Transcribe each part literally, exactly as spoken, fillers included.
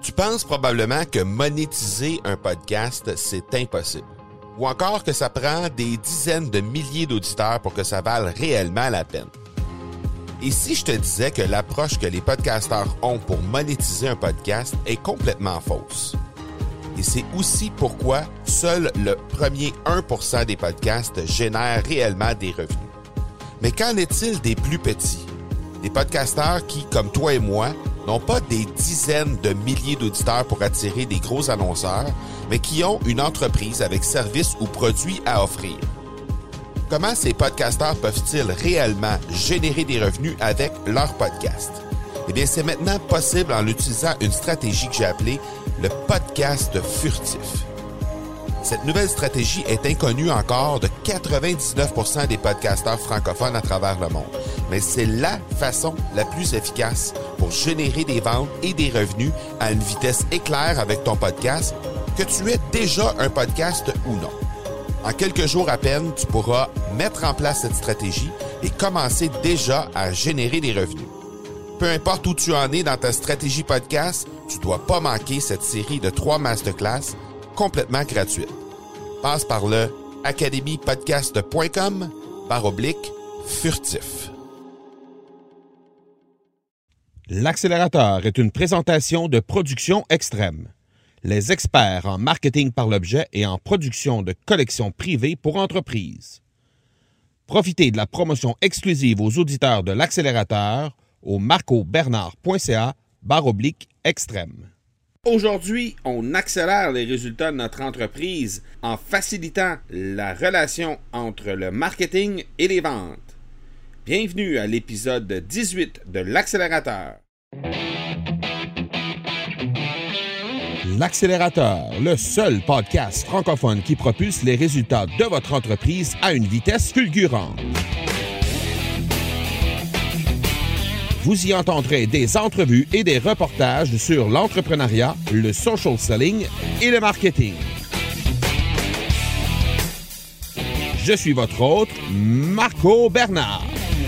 Tu penses probablement que monétiser un podcast, c'est impossible. Ou encore que ça prend des dizaines de milliers d'auditeurs pour que ça vale réellement la peine. Et si je te disais que l'approche que les podcasteurs ont pour monétiser un podcast est complètement fausse? Et c'est aussi pourquoi seul le premier un pour cent des podcasts génèrent réellement des revenus. Mais qu'en est-il des plus petits? Des podcasteurs qui, comme toi et moi, n'ont pas des dizaines de milliers d'auditeurs pour attirer des gros annonceurs, mais qui ont une entreprise avec services ou produits à offrir. Comment ces podcasteurs peuvent-ils réellement générer des revenus avec leur podcast? Eh bien, c'est maintenant possible en utilisant une stratégie que j'ai appelée le podcast furtif. Cette nouvelle stratégie est inconnue encore de quatre-vingt-dix-neuf pour cent des podcasteurs francophones à travers le monde. Mais c'est la façon la plus efficace pour générer des ventes et des revenus à une vitesse éclair avec ton podcast, que tu aies déjà un podcast ou non. En quelques jours à peine, tu pourras mettre en place cette stratégie et commencer déjà à générer des revenus. Peu importe où tu en es dans ta stratégie podcast, tu ne dois pas manquer cette série de trois masterclass complètement gratuite. Passe par le academy podcast point com barre oblique furtif. L'accélérateur est une présentation de Production Extrême, les experts en marketing par l'objet et en production de collections privées pour entreprises. Profitez de la promotion exclusive aux auditeurs de l'accélérateur au marcobernard.ca barre oblique extrême. Aujourd'hui, on accélère les résultats de notre entreprise en facilitant la relation entre le marketing et les ventes. Bienvenue à l'épisode dix-huit de l'accélérateur. L'accélérateur, le seul podcast francophone qui propulse les résultats de votre entreprise à une vitesse fulgurante. Vous y entendrez des entrevues et des reportages sur l'entrepreneuriat, le social selling et le marketing. Je suis votre hôte, Marco Bernard.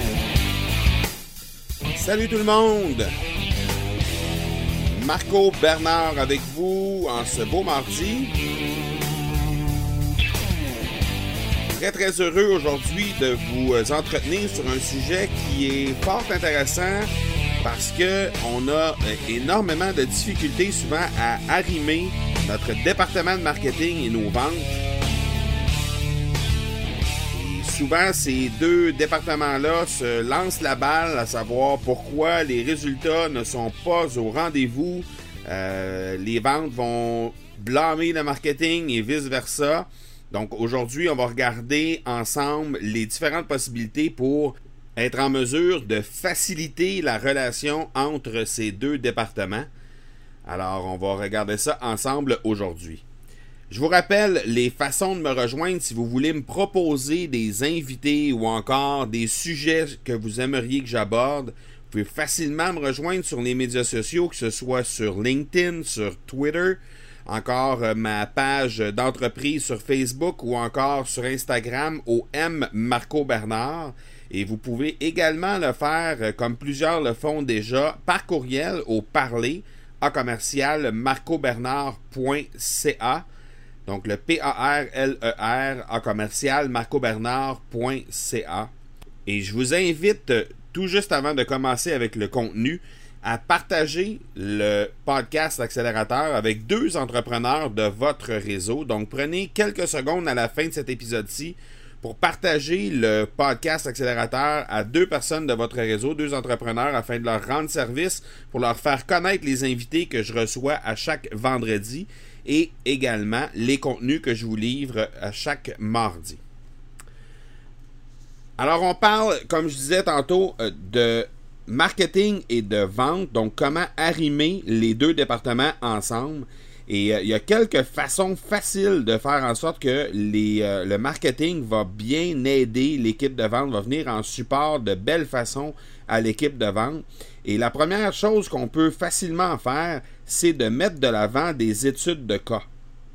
Salut tout le monde! Marco Bernard avec vous en ce beau mardi. Très très heureux aujourd'hui de vous entretenir sur un sujet qui est fort intéressant parce que on a énormément de difficultés souvent à arrimer notre département de marketing et nos ventes. Et souvent, ces deux départements-là se lancent la balle à savoir pourquoi les résultats ne sont pas au rendez-vous. Euh, les ventes vont blâmer le marketing et vice-versa. Donc aujourd'hui, on va regarder ensemble les différentes possibilités pour être en mesure de faciliter la relation entre ces deux départements. Alors, on va regarder ça ensemble aujourd'hui. Je vous rappelle les façons de me rejoindre si vous voulez me proposer des invités ou encore des sujets que vous aimeriez que j'aborde. Vous pouvez facilement me rejoindre sur les médias sociaux, que ce soit sur LinkedIn, sur Twitter, encore euh, ma page d'entreprise sur Facebook ou encore sur Instagram au M Marco Bernard. Et vous pouvez également le faire, euh, comme plusieurs le font déjà, par courriel au parler à commercial marcobernard point c a. Donc le P A R L E R à commercial marcobernard point c a. Et je vous invite, euh, tout juste avant de commencer avec le contenu, à partager le podcast Accélérateur avec deux entrepreneurs de votre réseau. Donc, prenez quelques secondes à la fin de cet épisode-ci pour partager le podcast Accélérateur à deux personnes de votre réseau, deux entrepreneurs, afin de leur rendre service, pour leur faire connaître les invités que je reçois à chaque vendredi et également les contenus que je vous livre à chaque mardi. Alors, on parle, comme je disais tantôt, de marketing et de vente, donc comment arrimer les deux départements ensemble. Et euh, il y a quelques façons faciles de faire en sorte que les, euh, le marketing va bien aider l'équipe de vente, va venir en support de belle façon à l'équipe de vente. Et la première chose qu'on peut facilement faire, c'est de mettre de l'avant des études de cas.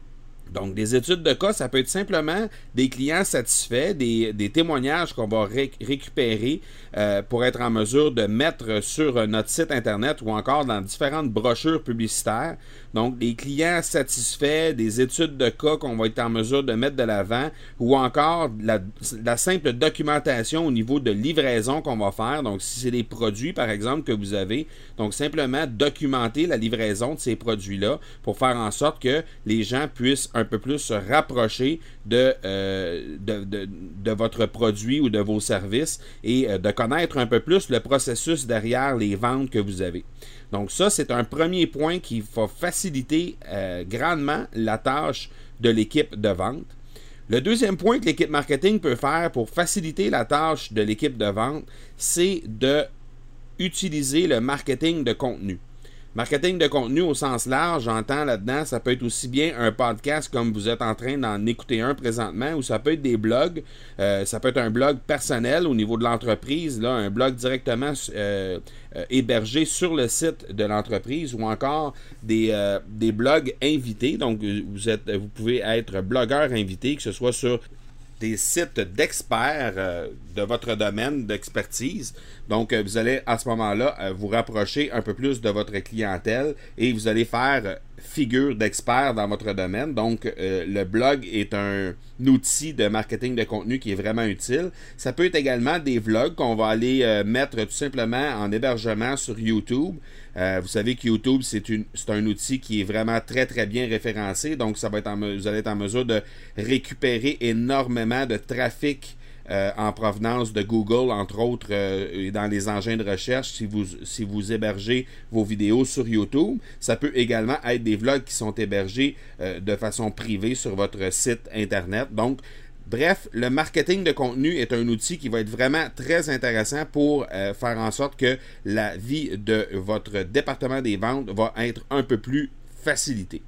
Donc, des études de cas, ça peut être simplement des clients satisfaits, des, des témoignages qu'on va ré- récupérer euh, pour être en mesure de mettre sur notre site Internet ou encore dans différentes brochures publicitaires. Donc, des clients satisfaits, des études de cas qu'on va être en mesure de mettre de l'avant ou encore la, la simple documentation au niveau de livraison qu'on va faire. Donc, si c'est des produits, par exemple, que vous avez, donc simplement documenter la livraison de ces produits-là pour faire en sorte que les gens puissent un peu plus se rapprocher de, euh, de, de, de votre produit ou de vos services et euh, de connaître un peu plus le processus derrière les ventes que vous avez. Donc ça, c'est un premier point qui va faciliter euh, grandement la tâche de l'équipe de vente. Le deuxième point que l'équipe marketing peut faire pour faciliter la tâche de l'équipe de vente, c'est de utiliser le marketing de contenu. Marketing de contenu au sens large, j'entends là-dedans, ça peut être aussi bien un podcast comme vous êtes en train d'en écouter un présentement, ou ça peut être des blogs, euh, ça peut être un blog personnel au niveau de l'entreprise, là, un blog directement euh, euh, hébergé sur le site de l'entreprise, ou encore des, euh, des blogs invités. Donc, vous, êtes, vous pouvez être blogueur invité, que ce soit sur des sites d'experts euh, de votre domaine d'expertise. Donc, euh, vous allez à ce moment-là euh, vous rapprocher un peu plus de votre clientèle et vous allez faire euh, figure d'expert dans votre domaine. Donc, euh, le blog est un, un outil de marketing de contenu qui est vraiment utile. Ça peut être également des vlogs qu'on va aller euh, mettre tout simplement en hébergement sur YouTube. Euh, vous savez que YouTube, c'est, une, c'est un outil qui est vraiment très, très bien référencé. Donc, ça va être en, vous allez être en mesure de récupérer énormément de trafic euh, en provenance de Google, entre autres, euh, dans les engins de recherche, si vous, si vous hébergez vos vidéos sur YouTube. Ça peut également être des vlogs qui sont hébergés euh, de façon privée sur votre site Internet. Donc, bref, le marketing de contenu est un outil qui va être vraiment très intéressant pour euh, faire en sorte que la vie de votre département des ventes va être un peu plus facilitée.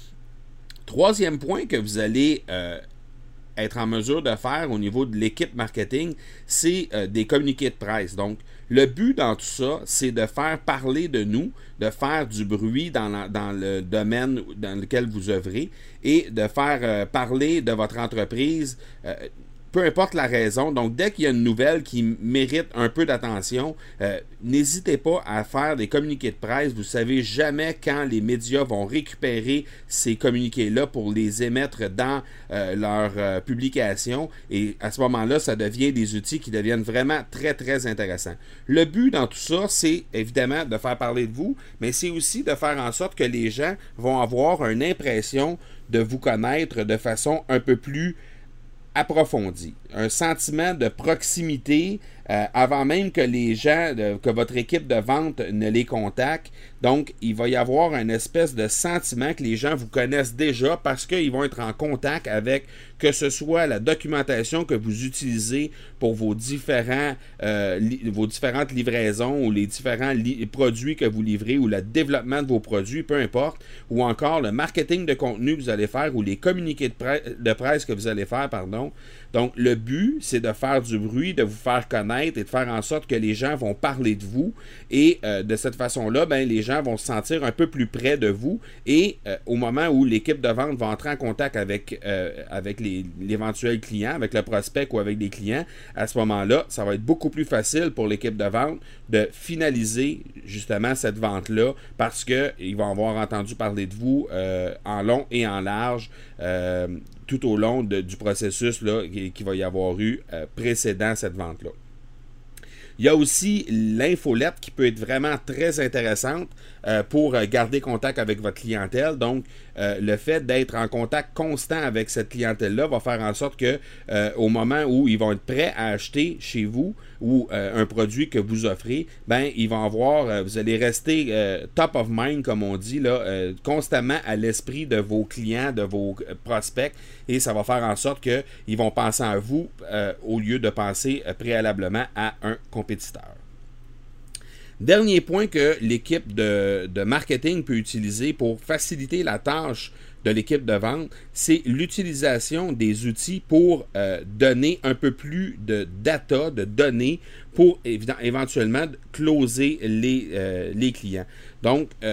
Troisième point que vous allez euh, être en mesure de faire au niveau de l'équipe marketing, c'est euh, des communiqués de presse. Donc, le but dans tout ça, c'est de faire parler de nous, de faire du bruit dans, la, dans le domaine dans lequel vous œuvrez et de faire euh, parler de votre entreprise, euh, peu importe la raison. Donc, dès qu'il y a une nouvelle qui mérite un peu d'attention, euh, n'hésitez pas à faire des communiqués de presse. Vous ne savez jamais quand les médias vont récupérer ces communiqués-là pour les émettre dans euh, leur euh, publication. Et à ce moment-là, ça devient des outils qui deviennent vraiment très, très intéressants. Le but dans tout ça, c'est évidemment de faire parler de vous, mais c'est aussi de faire en sorte que les gens vont avoir une impression de vous connaître de façon un peu plus approfondi, un sentiment de proximité euh, avant même que les gens, de, que votre équipe de vente ne les contacte. Donc, il va y avoir une espèce de sentiment que les gens vous connaissent déjà parce qu'ils vont être en contact avec, que ce soit la documentation que vous utilisez pour vos, différents, euh, li, vos différentes livraisons ou les différents li, produits que vous livrez ou le développement de vos produits, peu importe, ou encore le marketing de contenu que vous allez faire ou les communiqués de, pre- de presse que vous allez faire, pardon. Donc, le but, c'est de faire du bruit, de vous faire connaître et de faire en sorte que les gens vont parler de vous. Et euh, de cette façon-là, ben, les gens vont se sentir un peu plus près de vous. Et euh, au moment où l'équipe de vente va entrer en contact avec, euh, avec les, l'éventuel client, avec le prospect ou avec les clients, à ce moment-là, ça va être beaucoup plus facile pour l'équipe de vente de finaliser justement cette vente-là parce qu'ils vont avoir entendu parler de vous euh, en long et en large euh, tout au long de, du processus là, qui, qui va y avoir eu euh, précédant cette vente-là. Il y a aussi l'infolette qui peut être vraiment très intéressante euh, pour garder contact avec votre clientèle. Donc, euh, le fait d'être en contact constant avec cette clientèle-là va faire en sorte que euh, au moment où ils vont être prêts à acheter chez vous ou euh, un produit que vous offrez, ben ils vont avoir, euh, vous allez rester euh, top of mind, comme on dit, là, euh, constamment à l'esprit de vos clients, de vos prospects, et ça va faire en sorte qu'ils vont penser à vous euh, au lieu de penser euh, préalablement à un compétiteur. Dernier point que l'équipe de, de marketing peut utiliser pour faciliter la tâche de l'équipe de vente, c'est l'utilisation des outils pour euh, donner un peu plus de data, de données, pour évidemment, éventuellement closer les, euh, les clients. Donc, euh,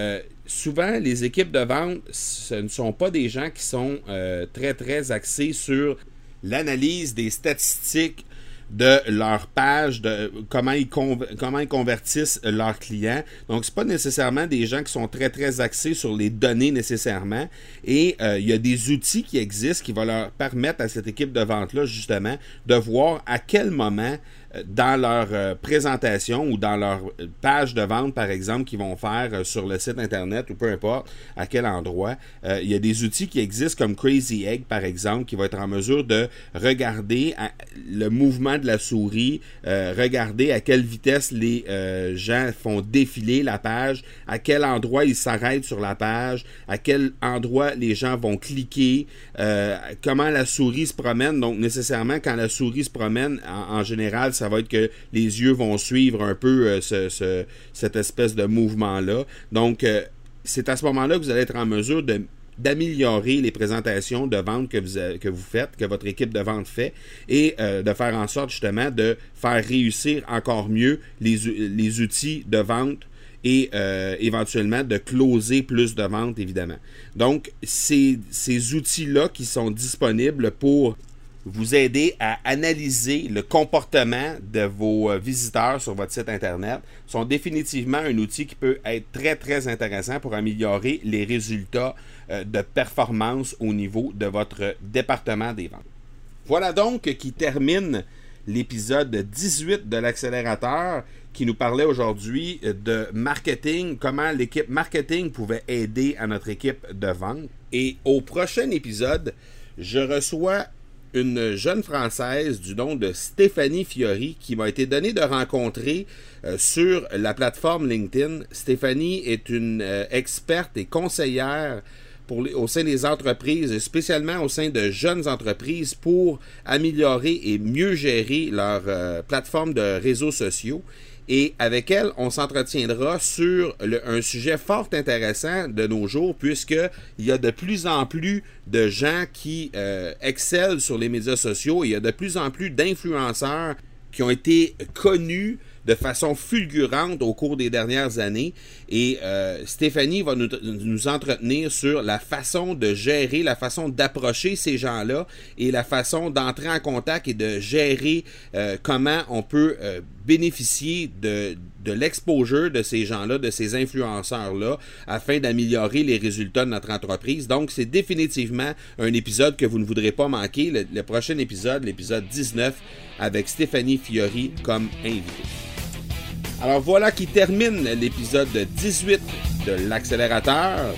souvent, les équipes de vente, ce ne sont pas des gens qui sont euh, très, très axés sur l'analyse des statistiques de leur page, de comment ils, conv- comment ils convertissent leurs clients. Donc, c'est pas nécessairement des gens qui sont très, très axés sur les données nécessairement. Et euh, il y a des outils qui existent qui vont leur permettre à cette équipe de vente-là, justement, de voir à quel moment dans leur euh, présentation ou dans leur page de vente, par exemple, qu'ils vont faire euh, sur le site Internet ou peu importe à quel endroit. Euh, il y a des outils qui existent comme Crazy Egg, par exemple, qui va être en mesure de regarder à, le mouvement de la souris, euh, regarder à quelle vitesse les euh, gens font défiler la page, à quel endroit ils s'arrêtent sur la page, à quel endroit les gens vont cliquer, euh, comment la souris se promène. Donc, nécessairement, quand la souris se promène, en, en général, ça va être que les yeux vont suivre un peu euh, ce, ce, cette espèce de mouvement-là. Donc, euh, c'est à ce moment-là que vous allez être en mesure de, d'améliorer les présentations de vente que vous, que vous faites, que votre équipe de vente fait, et euh, de faire en sorte justement de faire réussir encore mieux les, les outils de vente et euh, éventuellement de closer plus de ventes, évidemment. Donc, c'est ces outils-là qui sont disponibles pour vous aider à analyser le comportement de vos visiteurs sur votre site Internet sont définitivement un outil qui peut être très, très intéressant pour améliorer les résultats de performance au niveau de votre département des ventes. Voilà donc qui termine l'épisode dix-huit de l'accélérateur qui nous parlait aujourd'hui de marketing, comment l'équipe marketing pouvait aider à notre équipe de vente. Et au prochain épisode, je reçois une jeune Française du nom de Stéphanie Fiori qui m'a été donné de rencontrer euh, sur la plateforme LinkedIn. Stéphanie est une euh, experte et conseillère pour les, au sein des entreprises, spécialement au sein de jeunes entreprises pour améliorer et mieux gérer leur euh, plateforme de réseaux sociaux. Et avec elle, on s'entretiendra sur le, un sujet fort intéressant de nos jours, puisqu'il y a de plus en plus de gens qui euh, excellent sur les médias sociaux. Il y a de plus en plus d'influenceurs qui ont été connus de façon fulgurante au cours des dernières années. Et euh, Stéphanie va nous, nous entretenir sur la façon de gérer, la façon d'approcher ces gens-là et la façon d'entrer en contact et de gérer euh, comment on peut euh, bénéficier de, de l'exposure de ces gens-là, de ces influenceurs-là, afin d'améliorer les résultats de notre entreprise. Donc, c'est définitivement un épisode que vous ne voudrez pas manquer. Le, le prochain épisode, l'épisode dix-neuf, avec Stéphanie Fiori comme invitée. Alors voilà qui termine l'épisode dix-huit de l'accélérateur.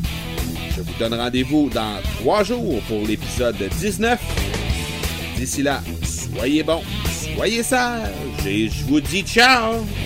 Je vous donne rendez-vous dans trois jours pour l'épisode dix-neuf. D'ici là, soyez bons, soyez sages et je vous dis ciao!